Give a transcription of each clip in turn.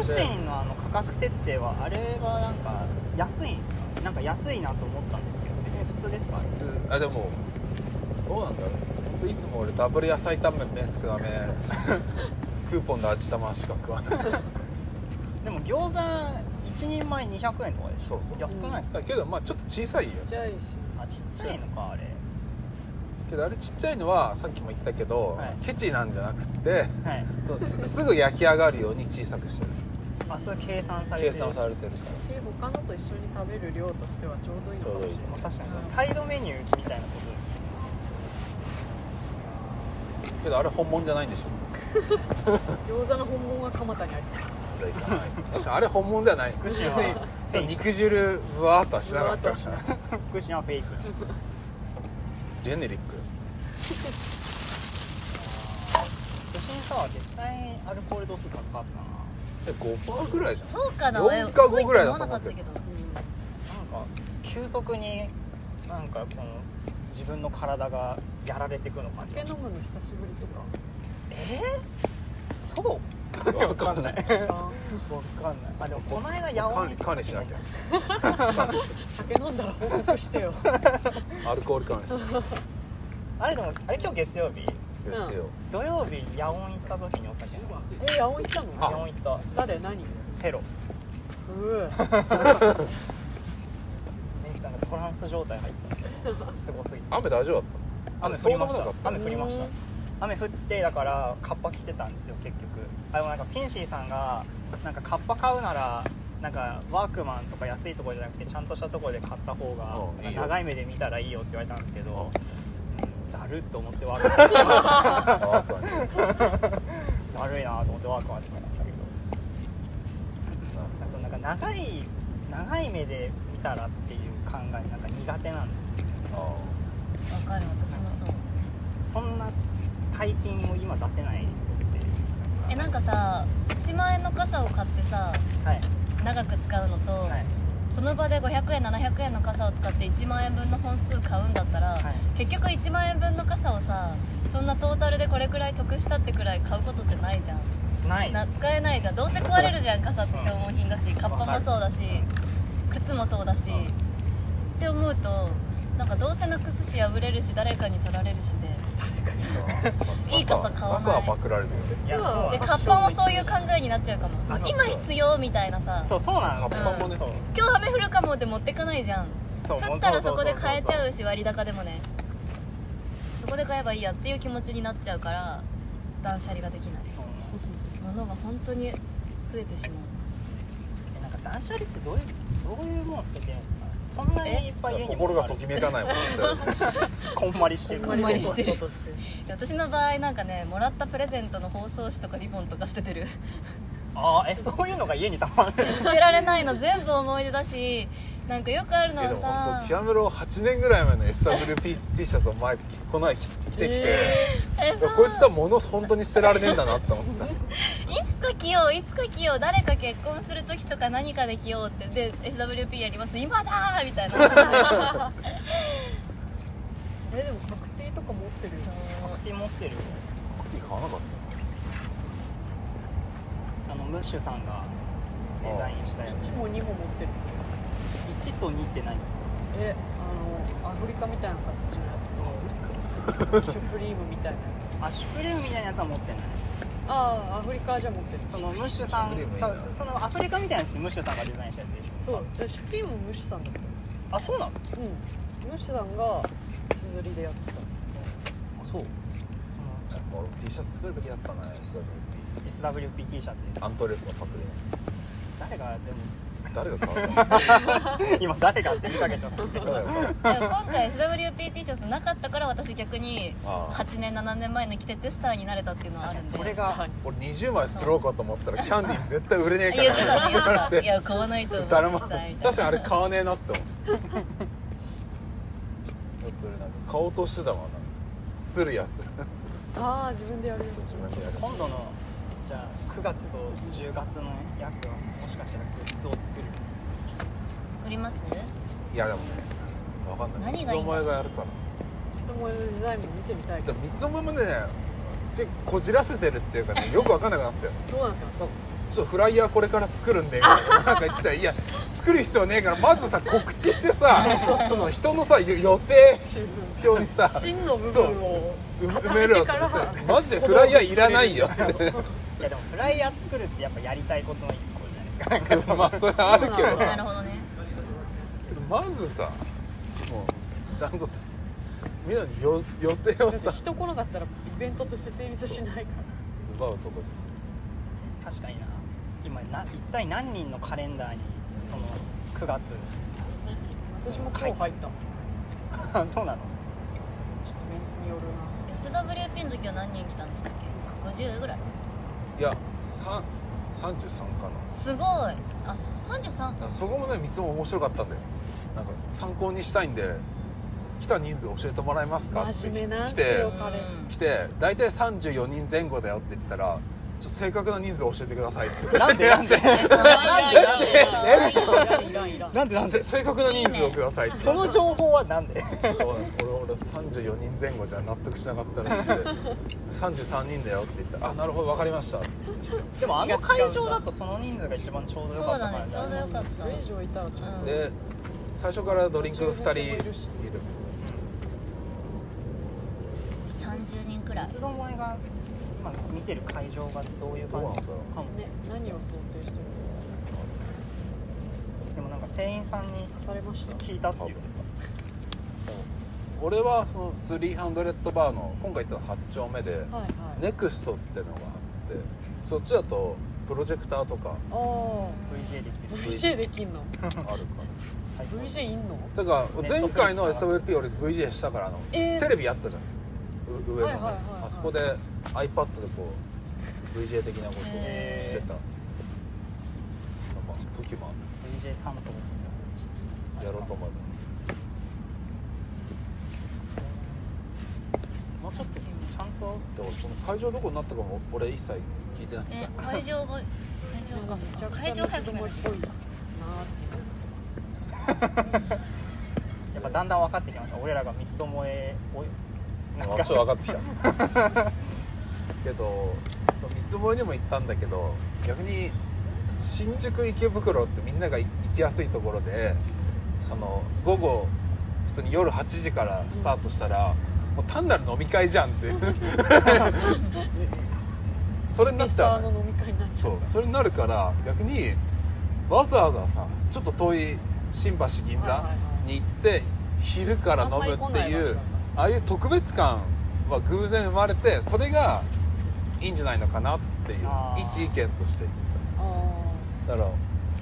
シンの価格設定はあれはなんか安いなと思ったんですけど、別に普通ですか？ 普通。でもどうなんだろう。いつも俺ダブル野菜タンメン麺少なめクーポンで味玉しか食わないでも餃子1人前200円とかでしょ。 そうそう安くないですか？ けどまあちょっと小さいよ。 ちっちゃいし、 ちっちゃいのかあれ。 けどあれちっちゃいのはさっきも言ったけど、 はいケチなんじゃなくってはいすぐ焼き上がるように小さくしてる。 あ、それ計算されてる。 計算されてるから他のと一緒に食べる量としてはちょうどいいのかもしれない。 まあ確かにサイドメニューみたいなことですけどあれ本物じゃないんでしょ餃子の本物は蒲田にあります。 じゃあいかない確かにあれ本物ではない。 福島はフェイク。 肉汁ぶわーっとはしなかったから福島はフェイク。 ジェネリック。 都心さは絶対アルコール度数高かったな。 5% ぐらいじゃん。 そうかな、 4か5ぐらいだと思わ思ってる。 なかったけど、 なんか急速になんかこの自分の体がやられていくの感じ。 酒飲むの久しぶりとか。 そうわかんない。わかんない。あ、でもこの間ヤオン管理しなきゃ酒飲んだら報告してよ。 アルコール管理しなきゃあれでもあれ今日月曜日、 ですよ。 土曜日ヤオン行った時にお酒飲んだ。 ヤオン行ったの？ ヤオン行った。 誰？何？ セロ。 うなんかトランス状態入ったんですごすぎて。 雨大丈夫だっ雨降りました。 そうでもなかった雨降りました。雨降ってだからカッパ着てたんですよ結局。でもなんかピンシーさんがなんかカッパ買うならなんかワークマンとか安いところじゃなくてちゃんとしたところで買った方がいいよ長い目で見たらいいよって言われたんですけど、だるっと思ってワークマン買いました。 ワークマンにだるいなと思ってワークマンに買いましたけど、なんか長い目で見たらっていう考えなんか苦手なんです。 わかる、私もそう。 そんな大金を今出せないってなんかさ、1万円の傘を買ってさ、 はい、 長く使うのと、 はい、 その場で500円700円の傘を使って1万円分の本数買うんだったら、 はい、 結局1万円分の傘をさ、そんなトータルでこれくらい得したってくらい買うことってないじゃん。 ない使えないじゃん。どうせ壊れるじゃん。傘って消耗品だし、カッパもそうだし、靴もそうだし、って思うとなんかどうせなくすし破れるし誰かに取られるしでいい傘買わない。 傘はパクられるよね。 でカッパもそういう考えになっちゃうかも。今必要みたいなさ、 そうなんです。 カッパもね、 今日雨降るかもって持ってかないじゃん。降ったらそこで買えちゃうし、割高でもね、そこで買えばいいやっていう気持ちになっちゃうから断捨離ができない。物が本当に増えてしまう。 なんか断捨離ってどういうもの捨ててるんですか？そんなにいっぱい家に心がときめかないもんねこんまりしてる。 こんまりしてる。私の場合なんかね、もらったプレゼントの包装紙とかリボンとか捨ててる。 そういうのが家にたまる。 捨てられないの、全部思い出だし、なんかよくあるのはさ、 キアヌロ8年ぐらい前の SWP T シャツをこの前着てきて、こいつは物本当に捨てられねえんだなって思ったいつか着よう、誰か結婚する時とか何かで着ようってで SWP やります、今だーみたいなでも確定とか持ってるよ。 確定持ってるよ。 確定買わなかった。 ムッシュさんがデザインしたやつ。 1も2も持ってる。 1と2って何？ アフリカみたいな形のやつとシュプリームみたいなやつ。 シュプリームみたいなやつは持ってない。 アフリカじゃ持ってる。 そのムッシュさん、そのアフリカみたいなやつムッシュさんがデザインしたやつでしょ。 そう、シュプリームもムッシュさんだった。 そうなの？ ムッシュさんがすずりでやってた。 そう。 俺 T シャツ作るべきだったな。 SWP T シャツ。 アントレスのパクリね。 誰が買うの今誰がって見かけちゃった。 でも今回 SWP T シャツなかったから私逆に8年7年前に着ててスターになれたっていうのはあるんで、 それが俺20枚作ろうかと思ったらキャンディー絶対売れねえから言ってたいや買わないと思う。 誰も確かにあれ買わねえなって思う買おうとしてたもんな、するやつ自分でやるやつ。 今度のじゃあ9月と10月のやつはもしかしたらグッズを作る。 作ります？ いやでもね、分かんない。 何がいいんだろう。 三つ思いがやるから三つ思いのデザインも見てみたいけど、 三つ思いもね結構こじらせてるっていうかね、よく分かんなくなってたよ。 どうなんだろう。 ちょっとフライヤーこれから作るんでみたいななんか言ってたらいや作る必要ねえからまずさ告知してさその人のさ予定表にさ真の部分を埋めるよってマジでフライヤーいらないよっていやでもフライヤー作るってやっぱやりたいことの一個じゃないですか。 まあそれはあるけどなるほどね。 まずさもうちゃんとさみんなに予定をさ人来なかったらイベントとして成立しないから奪うとこ確かにな。今一体何人のカレンダーにその9月私も今日入ったもんそうなの。 ちょっとメンツによるな SWP の時は何人来たんでしたっけ？50ぐらい。 いや33かな。 すごい。あ、33。 そこもね、三つも面白かったんだよ。なんか参考にしたいんで来た人数教えてもらえますかって真面目なん来ですよて大体34人前後だよって言ったらちょっと正確な人数教えてくださいってなんでなんでなんで正確な人数をくださいってその情報はなんで俺34人前後じゃ納得しなかったらしくて33人だよって言ったらあ、なるほど分かりました。 でもあの会場だとその人数が一番ちょうどよかったからね。 そうだね、ちょうどよかった。 それ以上いたらちょっとで最初からドリンク2人いる。 いるし 30人くらい。 三つどもえが今見てる会場がどういう感じかも。 ね、何を想定してるでもなんか店員さんに刺されました聞いたって言って俺はその300バーの今回行った8丁目ではいはいネクストってのがあってそっちだとプロジェクターとかあた。VJ できてる。 VJ できんのあるから VJ いんのだから前回の SWP 俺 VJ したからテレビあったじゃん上のね、 はいはいはいはいあそこで iPad でこう VJ 的なことをしてた、まあ時もあっ VJ 担当たやろうと思えばもうちょっとちゃんとだからその会場どこになったかも俺一切聞いてない会場がなんかめちゃくちゃ会場早く三つどもえっぽいなやっぱだんだん分かってきました。俺らが三つどもえをなんかちょっと分かってきたけど三つ萌えにも行ったんだけど逆に新宿池袋ってみんなが行きやすいところでその午後普通に夜8時からスタートしたら、もう単なる飲み会じゃんってそれになっちゃうの飲み会になっちゃうそれになるから逆にわざわざさちょっと遠い新橋銀座に行って昼から飲むっていうああいう特別感は偶然生まれてそれがいいんじゃないのかなっていう一意見としてだから、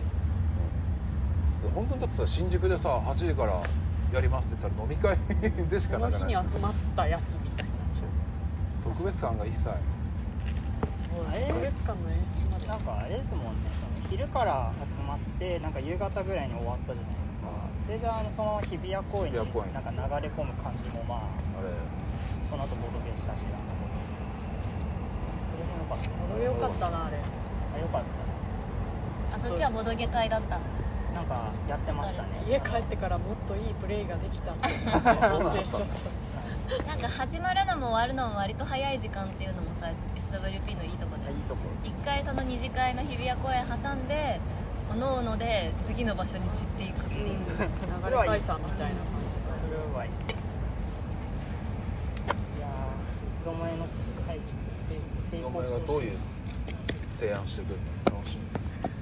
本当にだってさ新宿でさ8時からやりますって言ったら飲み会でしかこの日なくないに集まったやつみたいな特別感が一切特別感の演出までなんかあれですもんね、その昼から集まってなんか夕方ぐらいに終わったじゃないですか。それでそのまま日比谷公園になんか流れ込む感じもまああれその後ボードゲーしたしなんだけどそれでよかったこれよかったなあれあよかったあ、そっちはボドゲ会だったの。 なんかやってましたね。 家帰ってからもっといいプレイができたって反省しちゃったなんか始まるのも終わるのも割と早い時間っていうのもさ SWP のいいとこでいいとこ一回その二次会の日比谷公園挟んでおのおので次の場所に散っていくっていう、 流れ解散みたいな感それはいい。いやー、三つどもえの会お前がどういう提案してくるの楽しみ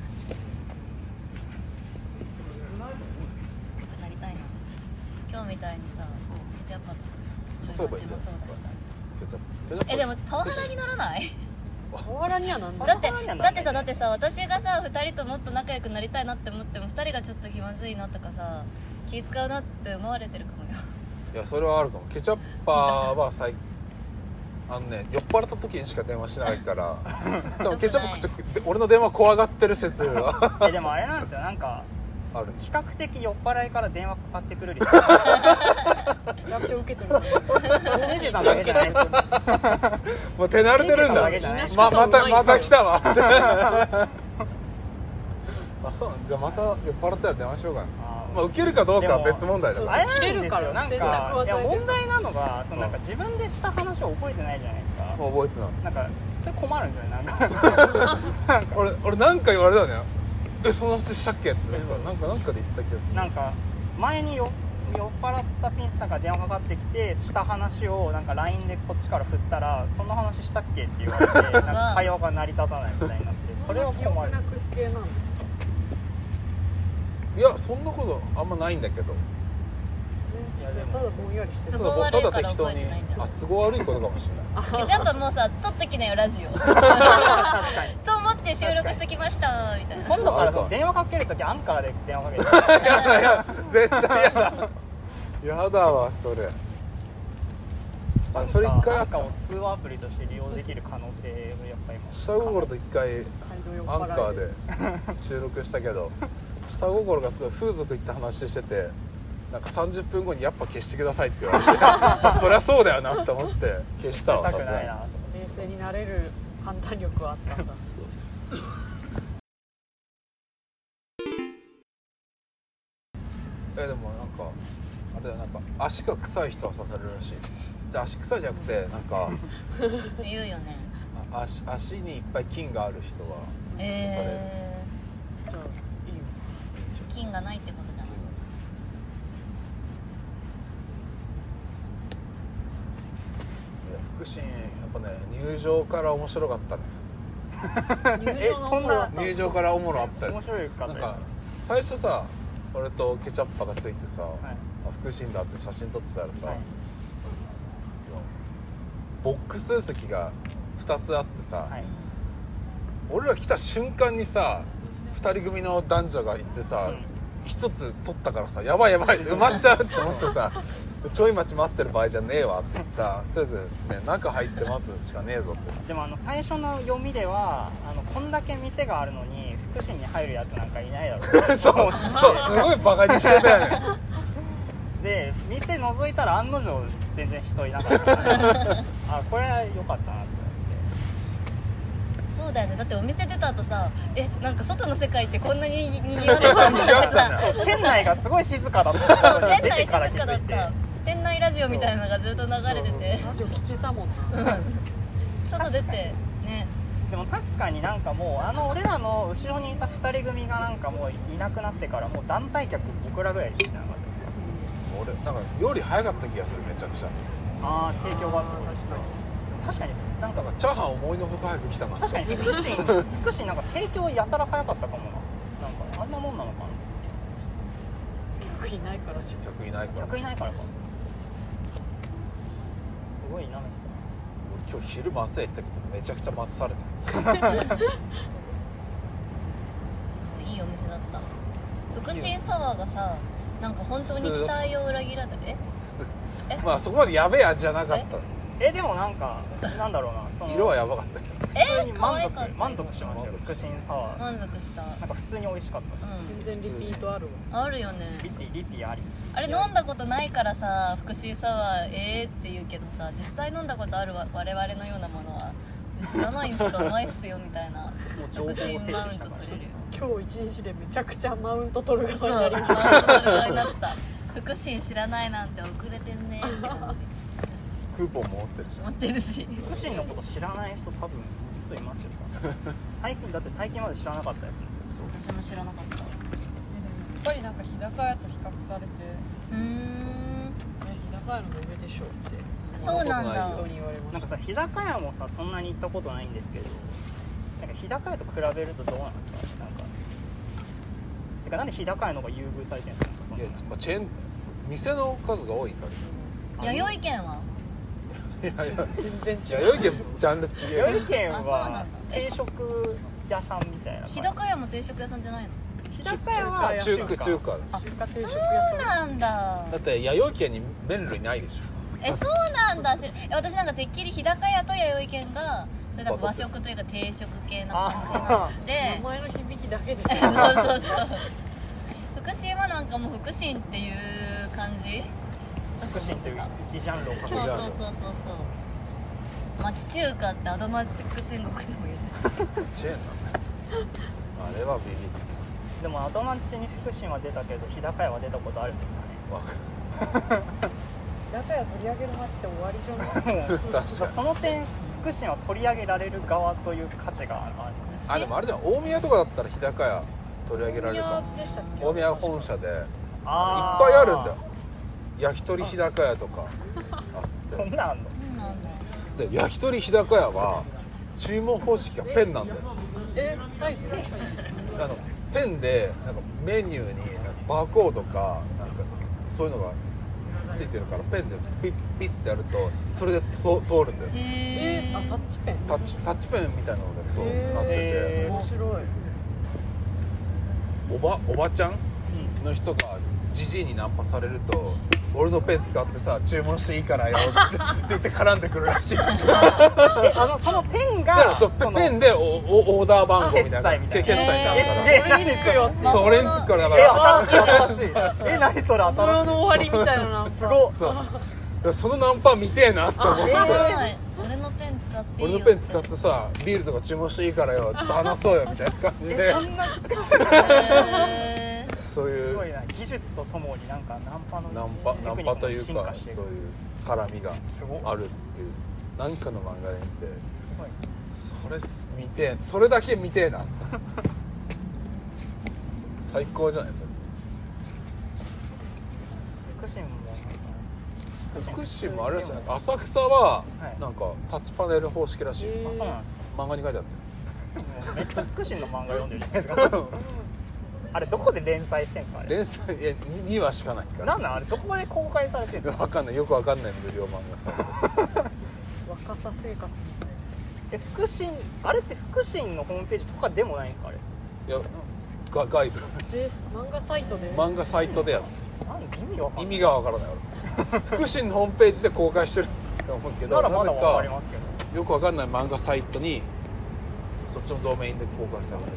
なりたいな。今日みたいにさケチャップそういえばいいじゃんそうだケチャップでもパワハラにならない？ じパワハラにはなんだだってさ私がさ2人ともっと仲良くなりたいなって思っても2人がちょっと気まずいなとかさ気使うなって思われてるかもよ。 いやそれはあるかも。ケチャッパーは酔っ払った時にしか電話しないからでもケチャップ俺の電話怖がってる説はでもあれなんですよ、なんかある比較的酔っ払いから電話かかってくる率めちゃくちゃ受けてるネジさんだけじゃないですよ。 もう手慣れてるんだネジさんだけじゃないまた来たわあそうじゃあまた酔っ払ったら電話しようかな。まあ受けるかどうかは別問題だからあれなんですよ、なん切れるからかいや問題なのがそのなんか自分でした話を覚えてないじゃないですか。 もう覚えてない。 なんかそれ困るんじゃないなんか俺なんか言われたよね。その話したっけってなんかで言った気がする。 なんか前に酔っ払ったピンスさんが電話かかってきてした話をなんか LINE でこっちから振ったらそんな話したっけって言われてなんか会話が成り立たないみたいになってそれは困る。 記憶なくす系なんですいやそんなことあんまないんだけど、 かね。いやでもただぼんやりしてる。 都合悪いから覚えてないんじゃない。 都合悪いことかもしれない。 やっぱもうさ撮ってきなよラジオ確かにと思って収録してきましたみたいな。 今度から電話かけるときアンカーで電話かけていや絶対やだやだわそれ。それ一回アンカーを通話アプリとして利用できる可能性をやっぱり今下心と一回アンカーで収録したけど下心がすごい風俗行った話しててなんか30分後にやっぱ消してくださいって言われてそりゃそうだよなって思って消したわ。 したくないなと。 冷静になれる判断力はあったんだ。 でもなんかあれだなんか足が臭い人は刺されるらしい。じゃあ足臭いじゃなくてなんか言うよね。 足にいっぱい菌がある人はじゃあいいよ。 菌がないってことじゃない。 福神やっぱね入場から面白かったね。 そんな入場からおもろあったよ。 面白いかったよ。 なんか最初さ俺とケチャッパがついてさ、 はい福神だって写真撮ってたらさ、 はいボックス席が2つあってさ、 はい俺ら来た瞬間にさ2人組の男女がいてさ、 うん 1つ取ったからさやばい埋まっちゃうって思ってさちょい待ち待ってる場合じゃねえわってさとりあえず、ね、中入って待つしかねえぞってでも最初の読みではこんだけ店があるのに福神に入るやつなんかいないだろうそうすごいバカにしてたよねで店覗いたら案の定全然人いなかったからあこれは良かったなって思そうだよね。だってお店出た後さなんか外の世界ってこんなににぎわってたんだってさって店内がすごい静かだったのに店内静出てから気かだっづいてた。店内ラジオみたいなのがずっと流れててラジオ聞けたもんな。 外出てね。 でも確かになんかもう俺らの後ろにいた2人組がなんかもういなくなってからもう団体客僕らぐらいしなかったですか。 俺なんか料理早かった気がするめちゃくちゃああ提供が確かになんかなんかチャーハン思いのほか早く来たな確かに福神なんか提供やたら早かったかもな。なんかあんなもんなのかな。 客いないから自分。 客いないから客いないからか。すごいなめてた。 俺今日昼松屋行ったけどめちゃくちゃ待たされたいいお店だった。福神サワーがさなんか本当に期待を裏切らない。 まあそこまでやべえ味じゃなかったでもなんかなんだろうなその色はやばかったけど普通に可愛かった満足しましたよ福神サワー。 満足した。 なんか普通に美味しかったし、 全然リピートあるわ。 あるよね。 リピあり。 あれ飲んだことないからさ福神サワーって言うけどさ実際飲んだことある我々のようなものは知らないんすかうまいっすよみたいな福神マウント取れるよ。 今日一日でめちゃくちゃマウント取るそう側になりましマウント取る側になった。福神知らないなんて遅れてんねって感じクーポンも持ってるし持ってるし福神のこと知らない人多分ずっといますよ最近まで知らなかったですね。 私も知らなかった。 やっぱりなんか日高屋と比較されて日高屋の上でしょってそうなんだ。 人に言われました。 なんかさ日高屋もさそんなに行ったことないんですけどなんか日高屋と比べるとどうなんですか。なんかてかなんで日高屋の方が優遇されてるんですか。そんいなやまあチェーン店の数が多いから弥生県はいや全然違う。 弥生県ジャンル違う弥生県あそうなはんだ定食屋さんみたいな感じ。 日高屋も定食屋さんじゃないの。 日高屋は中華中華定食屋そうさん。 なんだ。 だって弥生県に麺類ないでしそうなんだ。私なんかてっきり日高屋と弥生県がそれなんか和食というか定食系の感じなんで名前の響きだけでそうそう福神はなんかもう福神っていう感じ。 福神という一ジャンルをそうそうそうそうそう町中華ってアドマチック天国でも言うょチェーンなんだあれはビビったでもアドマンチに福神は出たけど日高屋は出たことあるんですかね。 日高屋取り上げる街って終わりじゃない。 もう確かにその点福神は取り上げられる側という価値があるんです。 でもあれじゃん、大宮とかだったら日高屋取り上げられるかも。大宮本社でいっぱいあるんだよ。焼き鳥日高屋とかそんなんあんの？ で焼き鳥日高屋は注文方式がペンなんだよ。 サイズペンでなんかメニューにバーコードかなんかそういうのがついてるから、ペンでピッピッってやるとそれで通るんだよ。 タッチペンタッチペンみたいなのでそうなってて、 面白い。 おばちゃんの人がジジイにナンパされると、俺のペン使ってさ注文していいからよって言って絡んでくるらしい。 そのペンがペンでオーダー番号みたいな決済になるから、 俺につくよ。 そう俺につくから、だから新しい何それ新しい。 物の終わりみたいなナンパ。 すごそうそのナンパ見てえなって思って、 俺のペン使っていいよ。 俺のペン使ってさビールとか注文していいからよ、ちょっと話そうよみたいな感じでそういうすごいな、技術とともになんかナンパというか、そういう絡みがあるっていう、何かの漫画で見て、それ見てえ、それだけ見てえな最高じゃないそれ。福神もあれらしい、浅草はなんかタッチパネル方式らしい。 あ、そうなんですか。 漫画に書いてあった。 めっちゃ福神の漫画読んでるじゃないですかあれどこで連載してんすか？あれ連載2話しかないから。 なんなんあれどこで公開されてるの？ わかんない、よくわかんない無料漫画さ若さ生活みたいな。 福神、あれって福神のホームページとかでもないんですか？あれいや外部漫画サイトでやる。意味がわからない俺福神のホームページで公開してると思うけど、 ならまだわかりますけど、 よくわかんない漫画サイトにそっちのドメインで公開されてる。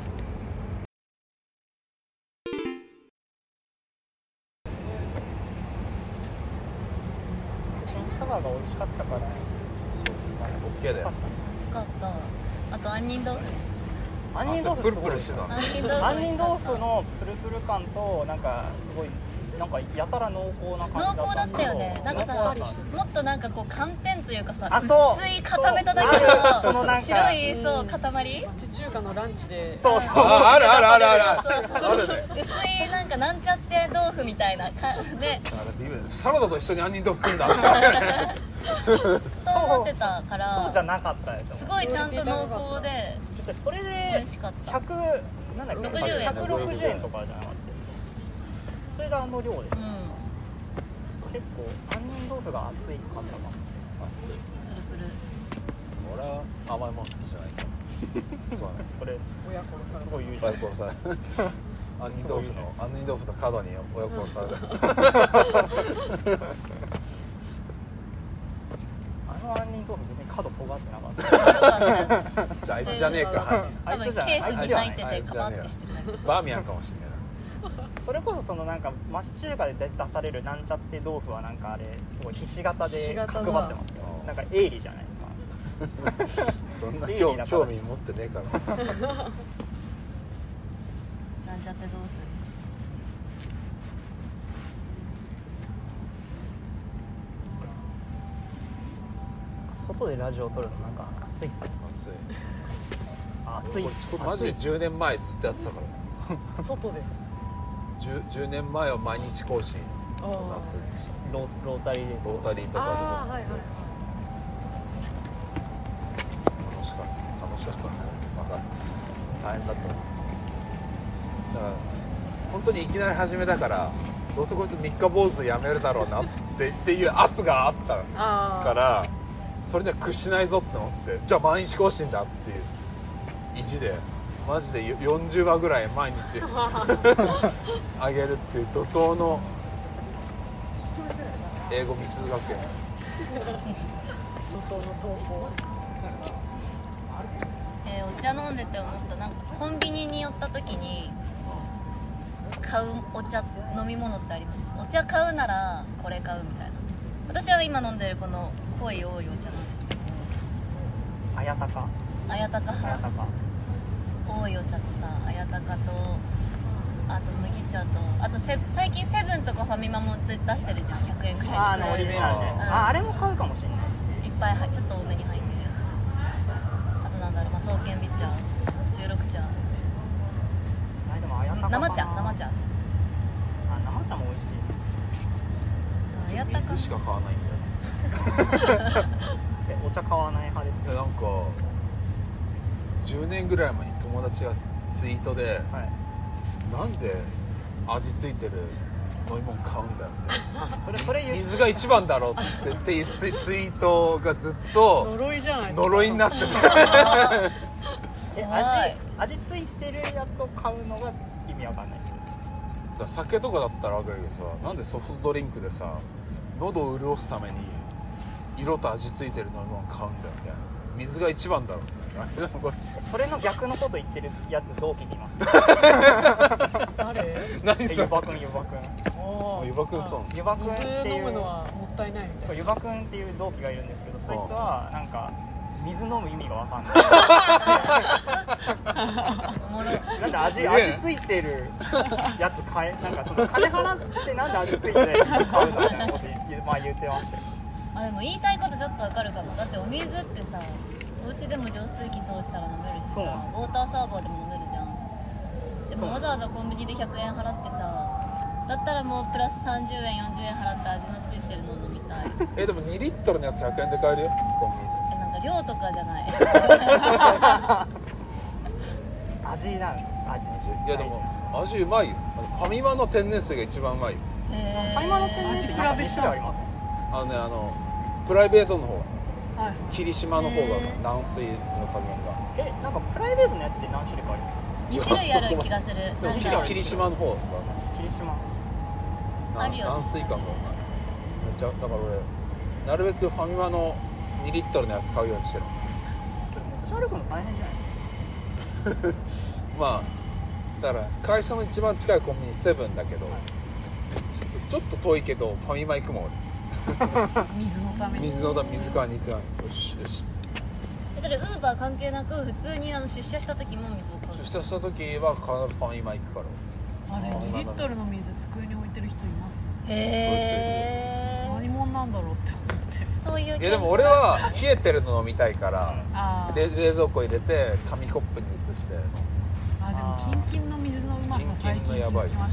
サガが美味しかったから、 オッケーだよ。 美味しかった。あと杏仁豆腐。 杏仁豆腐プルプルしてた。 杏仁豆腐のプルプル感となんかすごいなんかやたら濃厚な感じ濃厚だったよね。なんかさ、もっとなんかこう寒天というかさ、薄い固めただけの白い塊。 町中華のランチで。 そう。 あるね。 薄いなんかなんちゃって豆腐みたいなで。 サラダと一緒に杏仁豆腐食うんだ。 と思ってたから。 そうじゃなかったですよ。 すごいちゃんと濃厚で。 それで美味しかった。 160円とかじゃなかったですか？それがあの量です。結構杏仁豆腐が熱いかったかも。 プルプル。 俺は甘いもの好きじゃないからそれ親殺されすごい言うじゃん。 杏仁豆腐の角に親殺されるあの杏仁豆腐別に角尖ってなかった。 じゃああいつじゃねえか。 多分ケースに入っててカパってしてた。 バーミヤンかもしれないな。 それこそそのなんか町中華で出されるなんちゃって豆腐はなんかあれすごいひし形で角張ってますよ。なんか鋭利じゃないですか。 そんな興味持ってねえから。 なんちゃって豆腐。 外でラジオを撮るのなんか暑いっすね。暑い。 これマジで10年前ずっとやってたから。 外で。 10年前は毎日更新。 ロータリーとかで。楽しかったね。また大変だった。だから本当にいきなり始めたからどうせこいつ3日坊主やめるだろうなっていう圧があったからそれには屈しないぞって思ってじゃあ毎日更新だっていう意地でマジで40話ぐらい毎日あげるっていう怒涛の英語ミス学園怒涛の投稿お茶飲んでて思ったなんかコンビニに寄った時に買うお茶飲み物ってあります？お茶買うならこれ買うみたいな。私は今飲んでるこの濃い多いお茶なんですけど綾鷹多いお茶とさ綾鷹とあと麦茶とあと最近セブンとかファミマも出してるじゃん100円くらいでオリジナルであれも買うかもしれないいっぱいちょっと多めに入ってるやつ爽健美茶、十六茶、 でもあやったかな。 生茶、生茶。 あ、生茶も美味しい。 あやったか。 水しか買わないんだよ。 お茶買わない派ですいやなんか10年ぐらい前に友達がツイートで、 はい。 なんで味付いてる飲み物買うんだよってそれ言う。 水が一番だろうっていうツイートがずっと呪いじゃないですか。 呪いになってて味ついてるやつを買うのが意味わかんない。 さ酒とかだったら分かるけどさ、なんでソフトドリンクでさ喉を潤すために色と味付いてる飲み物買うんだよみたいな。水が一番だろうみたいな。 それの逆のこと言ってるやつ同期にいます。 誰？ 何それ？ ゆばくん。 ゆばくんそう。 ゆばくんって水いう飲むのはもったいないみたいな。 そうゆばくんっていう同期がいるんですけど、そいつはなんか水飲む意味がわかんない。 おもろ。 なんで味ついてるやつ買え、なんかその金払ってなんで味ついてるやつ買うのみたいなこと言ってましたよ。 あ、でも言いたいことちょっとわかるかも。だってお水ってさ、お家でも浄水器通したら飲めるしさ、 そうウォーターサーバーでも飲めるじゃん。でもわざわざコンビニで100円払ってさ、だったらもうプラス30円40円払って味のついてるの飲みたい。 でも2リットルのやつ100円で買えるよコンビニで。 なんか量とかじゃない。 味なんです。 いやでも味うまいよ。ファミマの天然水が一番うまいよ。 ファミマの天然水なんか2種類ありますね。 プライベートの方、 はい。 霧島の方が軟水の加減が。 なんかプライベートのやつって何種類かあります？ 2種類ある気がする。なんか霧島の方が霧島あるよね軟水感がうまい。めっちゃだから俺なるべくファミマの2リットルのやつ買うようにしてる。 それ持ち歩くの大変じゃない？ まあだから会社の一番近いコンビニセブンだけど、ちょっと遠いけどファミマ行くもん俺。 水のために。 水買いに行くのによしよし。 それウーバー関係なく普通に出社した時も水を買う。 出社した時は必ずファミマ行くから。 あれ2リットルの水机に置いてる人います。 へー。 何者なんだろうって思って。 そういう。 いやでも俺は冷えてるの飲みたいからあ冷蔵庫入れて紙コップに移してあ、でもキンキンの水のうまさ最近気づきました。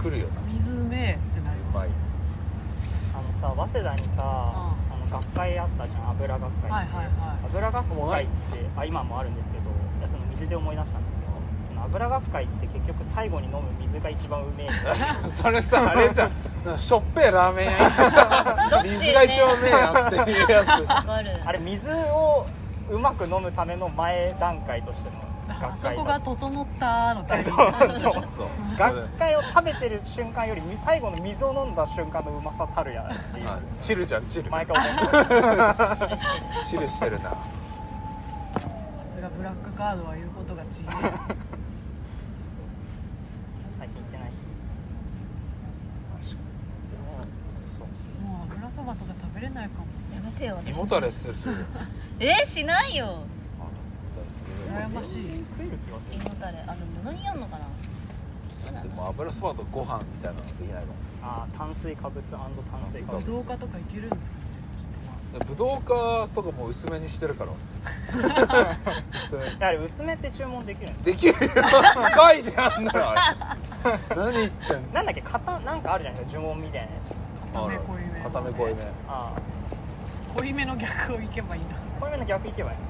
来るよな。 水うめえってなりましうまい。 早稲田にさ、学会あったじゃん、油学会って。 た。はいはいはい。 油学会って今もあるんですけど、いやその水で思い出したんですよ。その油学会って結局最後に飲む水が一番うめえ。 それさあれじゃん、しょっぺいラーメン屋行ってさ水が一番うめえやっていうやつ。 わかる。 あれ水をうまく飲むための前段階としてのあそ学会こが整ったのタイミング。 そう学会を食べてる瞬間より最後の水を飲んだ瞬間のうまさたるやっていう。 チルじゃん、チル毎回思ってる。 チルしてるな。 さすがブラックカードは言うことが違う。 最近行ってないし。 もう油そばとか食べれないかも。 やめてよ。 胃もたれする。 しないよ。 羨ましい。 食える気がする。 胃もたれ、物によんのかな。 でも油そばとご飯みたいなのできないの。 炭水化物&炭水化物。 武道家とかいけるんですかね。 武道家とかも薄めにしてるからやはり薄めって注文できるんです。 できるよ。書いてあんだろあれ。何言ってんの。 なんだっけ、なんかあるじゃないですか、呪文みたいなやつ。 固め濃いめ。 固め濃いめ。 濃いめの逆をいけばいいな。 濃いめの逆いけばいい。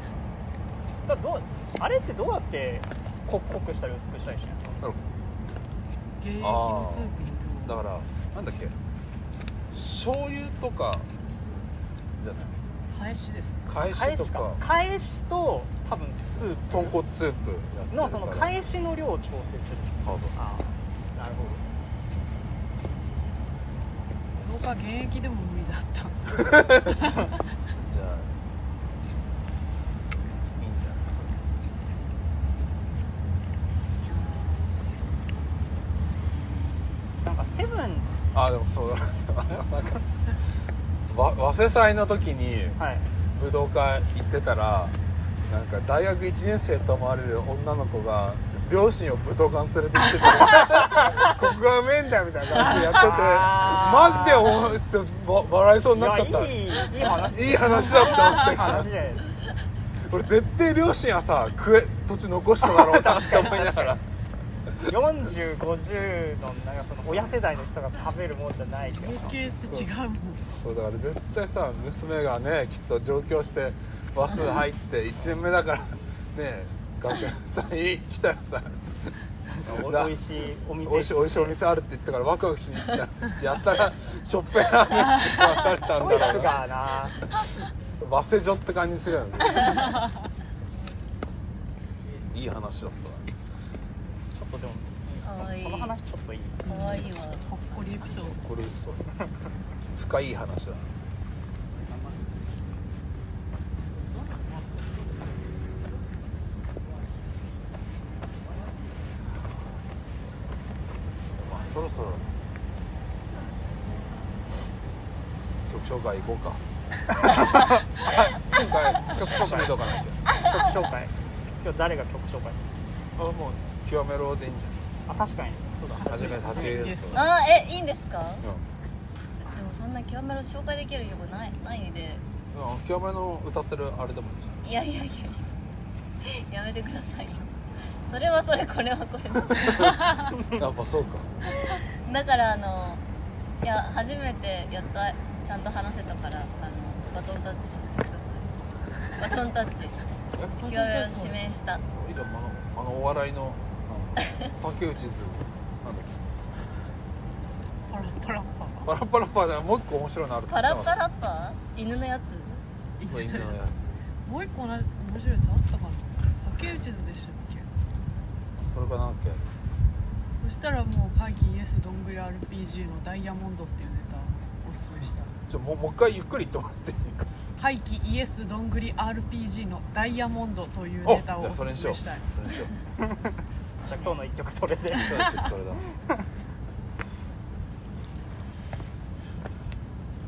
あれってどうやって濃くしたり薄くしたりしてるんですか。 原液のスープに。 だからなんだっけ、醤油とかじゃない。 返しです。 返しとか。 返しと多分スープ。 豚骨スープのその返しの量を調整する。 多分。 なるほどうか現役でも無理だったんです。 じゃあいいんじゃない。 なんかセブン。 でもそうだ。なんか早稲祭の時に武道館行ってたら、なんか大学1年生と思われる女の子が両親を武道館連れてきててここがうめえんだよみたいな感じでやってて、マジで笑いそうになっちゃった。 いい話。 いい話だって思って。 話で。 俺絶対両親はさ土地残しただろうって思いながら 40、50のなんかその親世代の人が食べるもんじゃないけど経験って違うもん。 そうだから絶対さ娘がねきっと上京してバス入って1年目だからね学園祭来たらさ美味しいお店美味しいお店あるって言ったからワクワクしに行ったらやったらしょっぺなに分かれたんだろうチョイスがなバセジョって感じするよねいい話だったちょっとでもかわいいその話ちょっといいかわいいわ。 ほっこりエピソード。 これそう深い話だそろそろ曲紹介行こうか今回曲紹介とかないと曲紹介今日誰が曲紹介あもう極めろでいいんじあ確かにそうだゃん初めですあいいんですか？でもそんな極めろ紹介できる曲ないで。 極めの歌ってるあれでもいいじゃんいややめてくださいよ。それはそれこれはこれやっぱそうかだからいや初めてやっとちゃんと話せたからバトンタッチバトンタッチ極めろ指名した。 いいじゃんお笑いの竹内図なんだっパラッパけパラッパラッパーでもう一個面白いのあるってパラッパラッパー犬のやつ。 今犬のやもう一個面白いやつあったかな。竹内図でしたっけ。 つそれかなんだっけそしたらもう会議イエスどんぐり RPG のダイヤモンドっていうネタをおすすめした。 もう一回ゆっくり言ってもらっていいか会議イエスどんぐり RPG のダイヤモンドというネタをおすすめしたい。 それにしようじゃあ今日の一曲それでそれだ